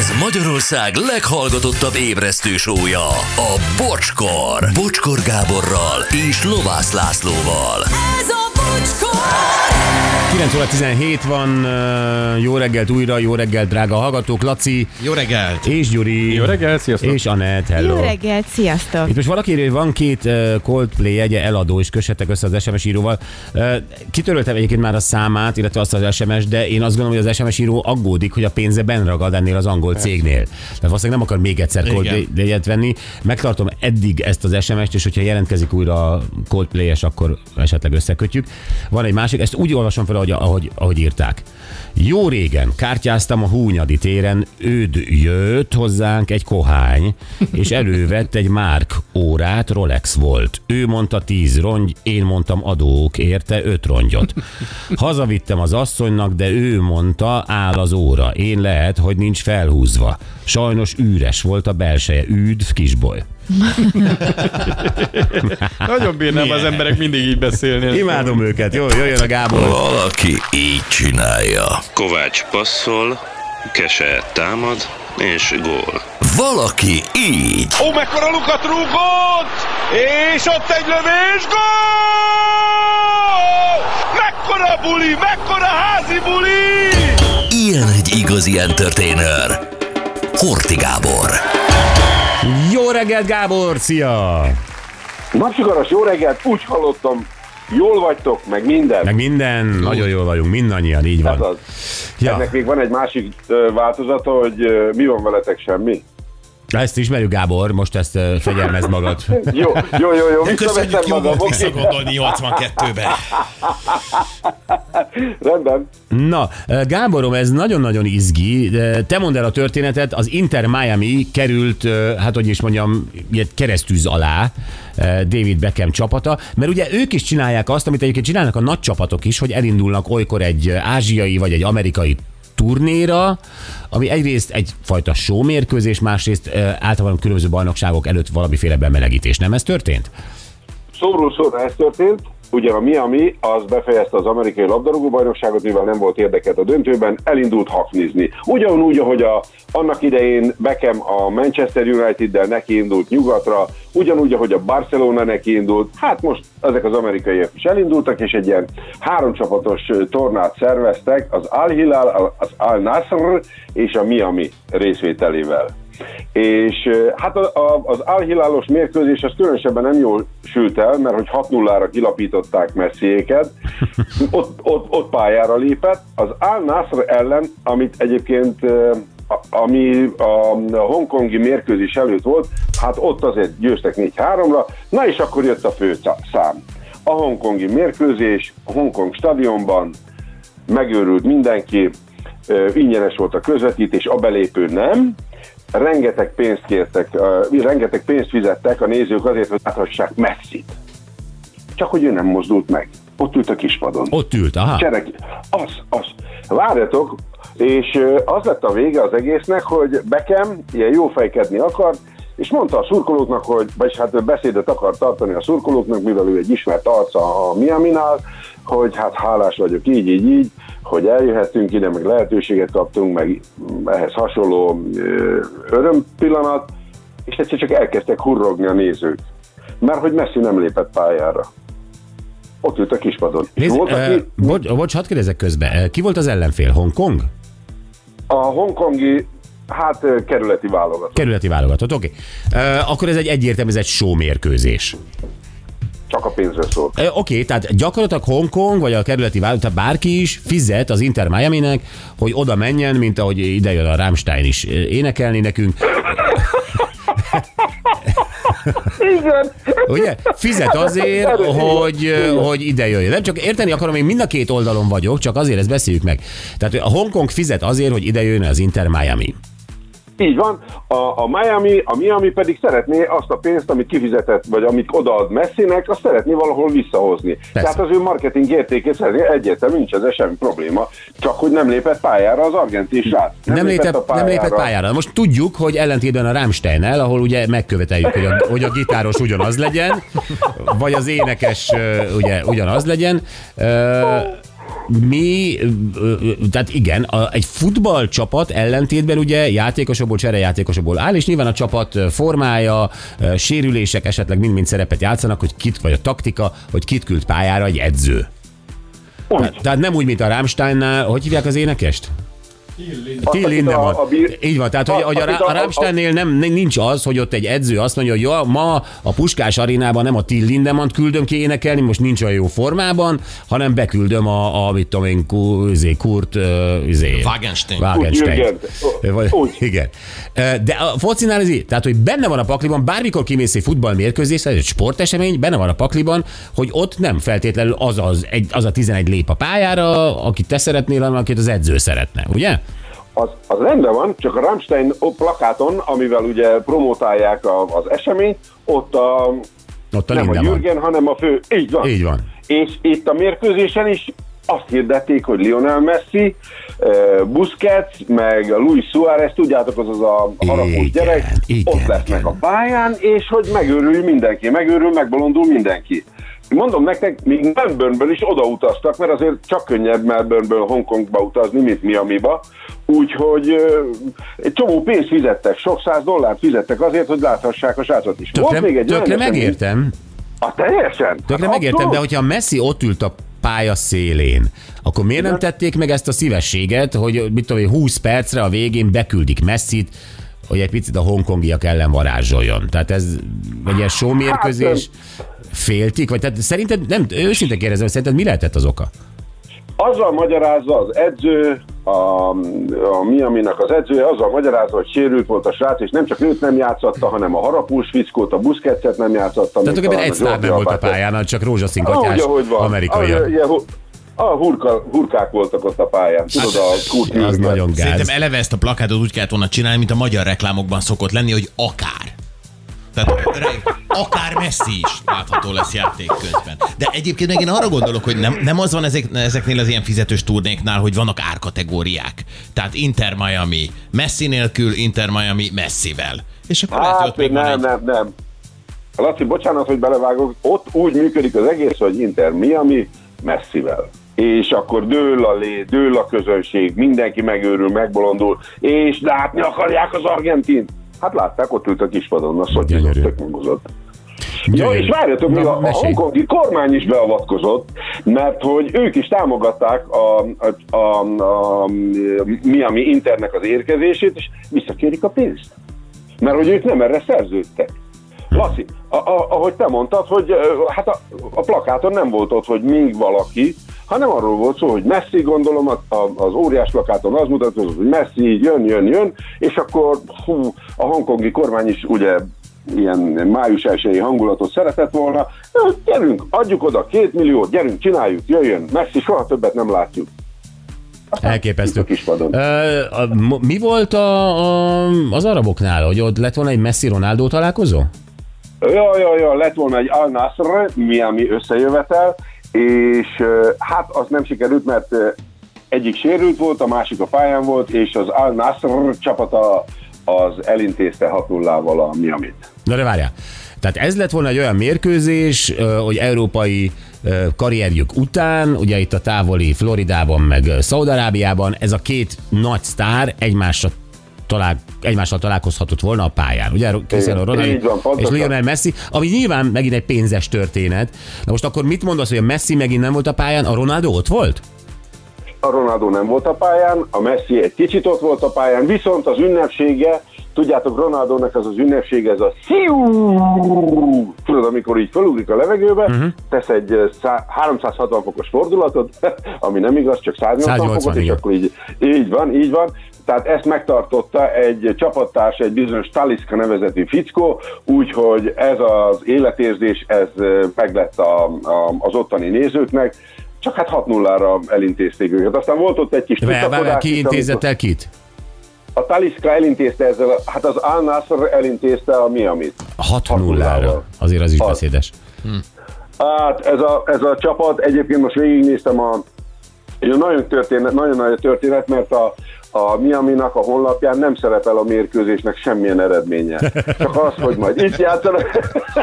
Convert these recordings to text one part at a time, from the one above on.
Ez Magyarország leghallgatottabb ébresztő show-ja, a Bocskor. Bocskor Gáborral és Lovász Lászlóval. Ez a Bocskor! 9 óra 17 van, jó reggelt újra, jó reggelt drága hallgatók, Laci. Jó reggelt! És Gyuri. Jó reggelt, sziasztok! És Anett, hello. Jó reggelt, sziasztok! Itt most valaki írja, hogy van két Coldplay jegye eladó, és kössetek össze az SMS íróval. Kitöröltem egyébként már a számát, illetve azt az SMS, de én azt gondolom, hogy az SMS író aggódik, hogy a pénze benn ragad ennél az angol cégnél. Tehát valószínűleg nem akar még egyszer Coldplay jegyet venni. Megtartom eddig ezt az SMS-t, és hogyha jelentkezik újra Coldplay-es, akkor esetleg összekötjük. Van egy másik, ezt úgy olvasom fel, ahogy írták. Jó régen kártyáztam a Húnyadi téren, őd jött hozzánk egy kohány, és elővett egy Márk órát, Rolex volt. Ő mondta 10 rongy, én mondtam adók érte 5 rongyot. Hazavittem az asszonynak, de ő mondta áll az óra. Én lehet, hogy nincs felhúzva. Sajnos üres volt a belseje. Üdv, kisboly. Nagyon bírnám az emberek mindig így beszélni. Imádom őket. Jó, jöjjön a Gábor. Valaki így csinálja. Kovács passzol, Kese támad, és gól. Valaki így. Ó, mekkora lukat rúgott! És ott egy lövés, gól! Mekkora buli, mekkora házi buli! Ilyen egy igazi entertainer. Horthy Gábor. Jó reggelt, Gábor! Szia! Napsugaras, jó reggelt, úgy hallottam, jól vagytok, meg minden. Meg minden, nagyon jól vagyunk, mindannyian, így van. Hát az. Ja. Ennek még van egy másik változata, hogy mi van veletek, semmi? Ezt ismerjük, Gábor, most ezt fegyelmezd magad. Jó, visszaveszem magam. Visszagondolni 82-be. Rendben. Na, Gáborom, ez nagyon-nagyon izgi. Te mondd el a történetet, az Inter Miami került, hát hogy is mondjam, keresztűz alá David Beckham csapata, mert ugye ők is csinálják azt, amit egyébként csinálnak a nagy csapatok is, hogy elindulnak olykor egy ázsiai vagy egy amerikai turnéra, ami egyrészt egyfajta showmérkőzés, másrészt általában különböző bajnokságok előtt valamiféle bemelegítés. Nem ez történt? Szóról szóra ez történt. Ugye a Miami az befejezte az amerikai labdarúgó bajnokságot, mivel nem volt érdekelt a döntőben, elindult haknizni. Ugyanúgy, ahogy annak idején Beckham a Manchester United-del neki indult nyugatra, ugyanúgy, ahogy a Barcelona neki indult, hát most ezek az amerikaiak is elindultak, és egy ilyen 3 csapatos tornát szerveztek, az Al-Hilal, az Al-Nasr és a Miami részvételével. És hát az Al-Hilalos mérkőzés az különösebben nem jól sült el, mert hogy 6-0-ra kilapították Messiéket, ott pályára lépett. Az Al-Nasr ellen, amit egyébként ami a hongkongi mérkőzés előtt volt, hát ott azért győztek 4-3-ra, na és akkor jött a fő szám. A hongkongi mérkőzés, a Hongkong stadionban megőrült mindenki, ingyenes volt a közvetítés, a belépő nem. Rengeteg pénzt kértek, rengeteg pénzt fizettek a nézők azért, hogy láthassák Messit. Csak hogy ő nem mozdult meg. Ott ült a kispadon. Ott ült, aha. Az. Várjatok, és az lett a vége az egésznek, hogy Beckham ilyen jófejkedni akart, és mondta a szurkolóknak, vagyis hát beszédet akar tartani a szurkolóknak, mivel ő egy ismert arca a Miaminál, hogy hát hálás vagyok így, hogy eljöhettünk ide, meg lehetőséget kaptunk, meg ehhez hasonló örömpillanat, és egyszer csak elkezdtek hurrogni a nézők, mert hogy Messi nem lépett pályára. Ott ült a kispadon. Bocs, hadd kérdezzek közbe. Ki volt az ellenfél? Hongkong? A hongkongi, hát kerületi válogatott. Kerületi válogatott, oké. Akkor ez egyértelmű, ez egy show mérkőzés. Csak a pénzről szólt. Oké, tehát gyakorlatilag Hongkong, vagy a kerületi válogatott, bárki is fizet az Inter Miaminek, hogy oda menjen, mint ahogy ide jön a Rammstein is énekelni nekünk. Igen. Ugye? Fizet azért, hogy ide jöjjön. Nem csak érteni akarom, én mind a két oldalon vagyok, csak azért ezt beszéljük meg. Tehát a Hongkong fizet azért, hogy ide jöjjön az Inter Miami. Így van, a Miami pedig szeretné azt a pénzt, amit kifizetett, vagy amit odaad Messinek, azt szeretné valahol visszahozni. Persze. Tehát az ő marketing értékét szeretné, egyértelmű, nincs ezzel semmi probléma, csak hogy nem lépett pályára az argentin srác. Nem lépett pályára. Most tudjuk, hogy ellentétben a Rammsteinnel, ahol ugye megköveteljük, hogy a gitáros ugyanaz legyen, vagy az énekes ugye ugyanaz legyen. Tehát igen, egy futballcsapat ellentétben ugye játékosokból, cserejátékosokból áll, és nyilván a csapat formája, sérülések esetleg mind-mind szerepet játszanak, hogy vagy a taktika, hogy kit küld pályára egy edző. Tehát nem úgy, mint a Rammsteinnál, hogy hívják az énekest? Till Lindemann. Így van, tehát hogy a Rammsteinnél nincs az, hogy ott egy edző azt mondja, hogy ja, ma a Puskás arénában nem a Till Lindemannt küldöm ki énekelni, most nincs olyan jó formában, hanem beküldöm mit tudom én, Kurt Wagenstein. Igen. De a focinál ez így, tehát hogy benne van a pakliban, bármikor kimész egy futballmérkőzés, ez egy sportesemény, benne van a pakliban, hogy ott nem feltétlenül az a 11 lép a pályára, akit te szeretnél, hanem akit az edző szeretne, ugye? Az rendben van, csak a Rammstein plakáton, amivel ugye promotálják az eseményt, ott nem a Jürgen, hanem a fő. Így van. Így van. És itt a mérkőzésen is azt hirdették, hogy Lionel Messi, Busquets, meg Luis Suárez, tudjátok, az a harapós gyerek, ott lesznek a pályán, és hogy megőrül mindenki, megbolondul mindenki. Mondom nektek, még Melbourneből is odautaztak, mert azért csak könnyebb Melbourneből Hongkongba utazni, mint Miamiba. Úgyhogy egy csomó pénzt fizettek, sok $100 fizettek azért, hogy láthassák a srácot is. Tökre megértem. Teljesen. Tökre megértem, de hogyha Messi ott ült a pálya szélén, akkor miért nem tették meg ezt a szívességet, hogy mit tudom, 20 percre a végén beküldik Messit, hogy egy picit a hongkongiak ellen varázsoljon. Tehát ez egy ilyen show mérkőzés, féltik? Vagy tehát szerinted, nem, őszintén kérdezem, szerinted mi lehetett az oka? Azzal magyarázza az edző, a Miaminak az edzője, azzal magyarázza, hogy sérült volt a srác, és nem csak őt nem játszatta, hanem a harapós fickót, a Busquetset nem játszatta. Tehát akkor egy sztár nem volt a pályán, csak rózsaszín katyás amerikai. Hurkák voltak ott a pályán. Tudod, a Kurt az nagyon gáz. Szerintem eleve ezt a plakátot úgy kellett volna csinálni, mint a magyar reklámokban szokott lenni, hogy akár. Tehát akár Messi is látható lesz játék közben. De egyébként meg én arra gondolok, hogy nem az van ezeknél az ilyen fizetős turnéknál, hogy vannak árkategóriák. Tehát Inter Miami Messi nélkül, Inter Miami Messivel. És akkor lehet, hogy ott még nem. Laci, bocsánat, hogy belevágok, ott úgy működik az egész, hogy Inter Miami Messivel. És akkor dől a közönség, mindenki megőrül, megbolondul, és látni akarják az Argentint. Hát látták, ott ült a kispadon, a szotyizott, tök magozott. Ja, és várjatok, még a hongkongi kormány is beavatkozott, mert hogy ők is támogatták a Miami Internek az érkezését, és visszakérik a pénzt. Mert hogy ők nem erre szerződtek. Laci, ahogy te mondtad, hogy hát a plakáton nem volt ott, hogy még valaki, hanem arról volt szó, hogy Messi, gondolom, az óriás plakáton az mutatott, hogy Messi jön, és akkor a hongkongi kormány is ugye ilyen május 1-i hangulatot szeretett volna. Gyerünk, adjuk oda 2 milliót, gyerünk, csináljuk, jöjjön, Messi, soha többet nem látjuk. Elképesztő. Mi volt az araboknál, hogy ott lett volna egy Messi-Ronaldo találkozó? Ja, lett volna egy Al-Nassr, Miami összejövetel, és hát az nem sikerült, mert egyik sérült volt, a másik a pályán volt, és az Al-Nassr csapata az elintézte 6-0-val a Miamit. Na de várjál, tehát ez lett volna egy olyan mérkőzés, hogy európai karrierjük után, ugye itt a távoli Floridában, meg Szaúd-Arábiában, ez a két nagy sztár egymással találkozhatott volna a pályán. Ugye Cristiano Ronaldo és Lionel Messi, ami nyilván megint egy pénzes történet. Na most akkor mit mondasz, hogy a Messi megint nem volt a pályán, a Ronaldo ott volt? A Ronaldo nem volt a pályán, a Messi egy kicsit ott volt a pályán, viszont az ünnepsége, tudjátok, Ronaldónak az ünnepsége, ez a sziú, tudod, amikor így felugrik a levegőbe, tesz egy 360 fokos fordulatot, ami nem igaz, csak 180 fokot, és akkor így van. Tehát ezt megtartotta egy csapattárs, egy bizonyos Talisca nevezetű fickó, úgyhogy ez az életérzés, ez meglett az ottani nézőknek, csak hát 6-0-ra elintézték őket. Aztán volt ott egy kis tutakodás. Ki intézett el kit? A Talisca elintézte ezzel, hát az Al-Nassr elintézte a Miamit. 6-0-ra. Azért az is beszédes. Hát ez a csapat, egyébként most végignéztem nagyon nagy történet, mert a Miaminak a honlapján nem szerepel a mérkőzésnek semmilyen eredménye. Csak az, hogy majd itt játszanak.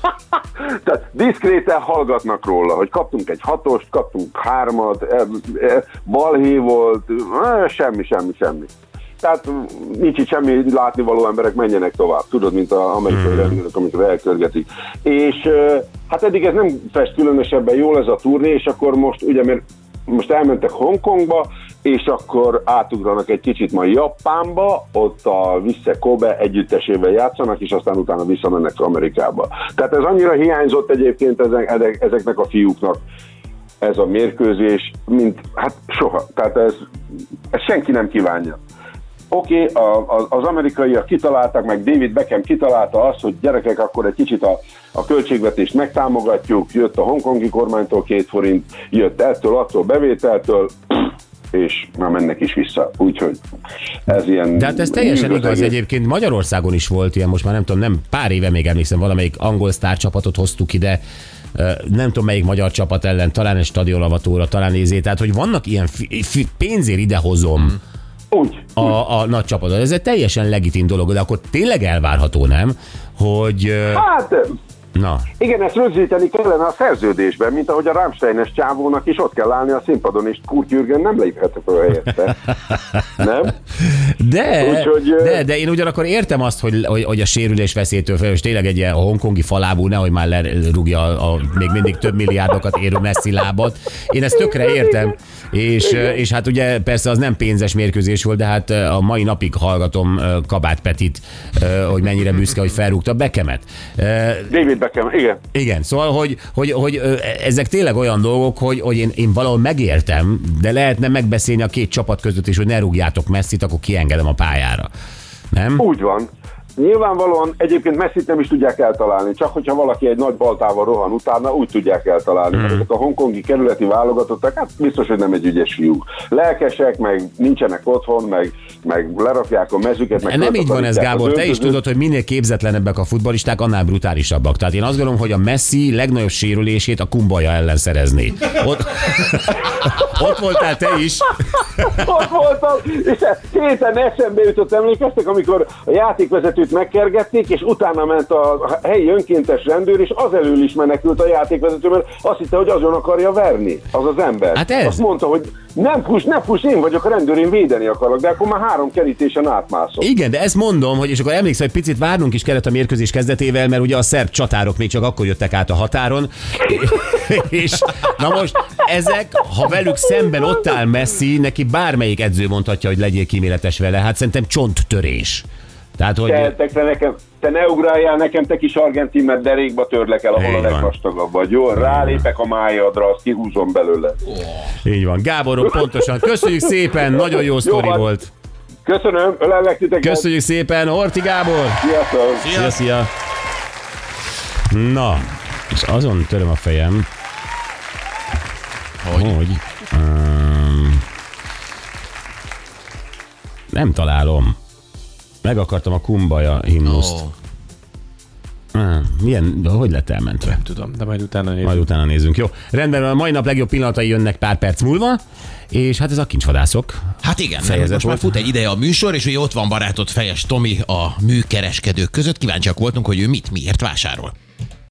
Tehát diszkréten hallgatnak róla, hogy kaptunk egy 6-ost, kaptunk 3-at, balhé volt, semmi. Tehát nincs itt semmi látnivaló, emberek, menjenek tovább. Tudod, mint az amerikai rendőrök, amikor elkörgetik. És hát eddig ez nem fest különösebben jól ez a turné, és akkor most ugye, mert most elmentek Hongkongba, és akkor átugranak egy kicsit majd Japánba, ott a Visse Kobe együttesével játszanak, és aztán utána visszamennek Amerikába. Tehát ez annyira hiányzott egyébként ezeknek a fiúknak ez a mérkőzés, mint hát soha. Tehát ez senki nem kívánja. Oké, az amerikaiak kitaláltak, meg David Beckham kitalálta azt, hogy gyerekek, akkor egy kicsit a költségvetést megtámogatjuk, jött a hongkongi kormánytól 2 forint, jött attól bevételtől, és már mennek is vissza. Úgyhogy ez ilyen... De hát ez teljesen igaz, egyébként Magyarországon is volt ilyen, most már nem tudom, nem pár éve még emlékszem, valamelyik angol sztárcsapatot hoztuk ide, nem tudom melyik magyar csapat ellen, talán egy stadionavatóra, talán tehát hogy vannak ilyen pénzért idehozom a nagy csapatot. Ez egy teljesen legitim dolog, de akkor tényleg elvárható, nem? Hogy... Hát... Na. Igen, ezt rögzíteni kellene a szerződésben, mint ahogy a Rammstein-es csávónak is ott kell állni a színpadon, és Kurt Jürgen nem léphetett a helyette. Nem? De én ugyanakkor értem azt, hogy a sérülés veszélytől felül, és tényleg egy ilyen hongkongi falábú, nehogy már lerúgja a még mindig több milliárdokat érő Messi lábat. Én ezt tökre értem. És hát ugye persze az nem pénzes mérkőzés volt, de hát a mai napig hallgatom Kabát Petit, hogy mennyire büszke, hogy felrúgta Beckhamet. David Beckham, igen. Igen, szóval, hogy ezek tényleg olyan dolgok, hogy én valahol megértem, de lehetne megbeszélni a 2 csapat között is, hogy ne rúgjátok Messit, akkor kiengedem a pályára. Nem? Úgy van. Nyilvánvalóan egyébként Messit nem is tudják eltalálni, csak hogyha valaki egy nagy baltával rohan utána, úgy tudják eltalálni. Mert ezek a hongkongi kerületi válogatottak, hát biztos, hogy nem egy ügyes fiúk. Lelkesek, meg nincsenek otthon, meg lerakják a mezüket. Meg nem így van ez, Gábor, te is tudod, hogy minél képzetlenebbek a futballisták, annál brutálisabbak. Tehát én azt gondolom, hogy a Messi legnagyobb sérülését a Kumbaja ellen szerezné. Ott voltál te is. Ott voltam, és héten eszembe jutott, emlékeztek, amikor a játékvezetőt megkergették, és utána ment a helyi önkéntes rendőr, és az elől is menekült a játékvezető, mert azt hitte, hogy azon akarja verni az ember. Hát ez? Azt mondta, hogy nem fuss, én vagyok a rendőr, én védeni akarok, de akkor már 3 kerítésen átmászom. Igen, de ezt mondom, hogy és akkor emlékszem, hogy picit várnunk is kellett a mérkőzés kezdetével, mert ugye a szerb csatárok még csak akkor jöttek át a határon, és na most ezek, ha velük szemben ott áll Messi, neki bármelyik edző mondhatja, hogy legyél kíméletes vele, hát szerintem csonttörés. Tehát, hogy... Te ne ugráljál nekem, te kis argentin, mert derékba törlek el, ahol a legvastagabb vagy. Jó, rálépek a májadra, azt kihúzom belőle. Így van. Gáborom, pontosan. Köszönjük szépen, nagyon jó sztori volt. Köszönöm, ölellek titeket. Köszönjük szépen, Horthy Gábor. Sziasztok. Szia. Na, és azon töröm a fejem, hogy nem találom. Meg akartam a Kumbaja himnuszt. Hogy lett elmentve? Nem tudom, de majd utána nézünk. Jó, rendben, a mai nap legjobb pillanatai jönnek pár perc múlva, és hát ez a kincsvadászok. Hát igen, most már fut egy ideje a műsor, és ugye ott van barátod Fejes Tomi a műkereskedők között. Kíváncsiak voltunk, hogy ő miért vásárol.